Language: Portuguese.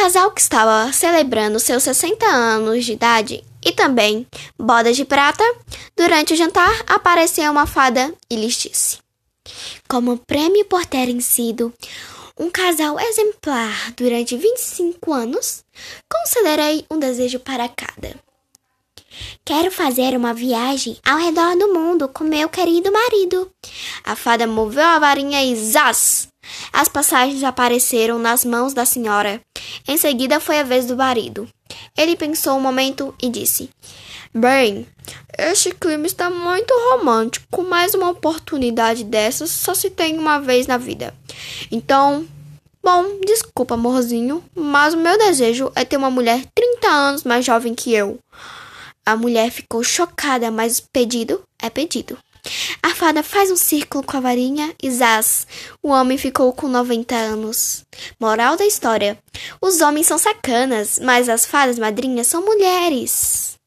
casal que estava celebrando seus 60 anos de idade e também bodas de prata, durante o jantar apareceu uma fada e lhes disse: como prêmio por terem sido um casal exemplar durante 25 anos, concederei um desejo para cada. Quero fazer uma viagem ao redor do mundo com meu querido marido. A fada moveu a varinha e zás! As passagens apareceram nas mãos da senhora. Em seguida foi a vez do marido. Ele pensou um momento e disse: bem, este clima está muito romântico. Mais uma oportunidade dessas só se tem uma vez na vida. Então, bom, desculpa, amorzinho, mas o meu desejo é ter uma mulher 30 anos mais jovem que eu. A mulher ficou chocada, mas pedido é pedido. A fada faz um círculo com a varinha e zás, o homem ficou com 90 anos. Moral da história: os homens são sacanas, mas as fadas madrinhas são mulheres.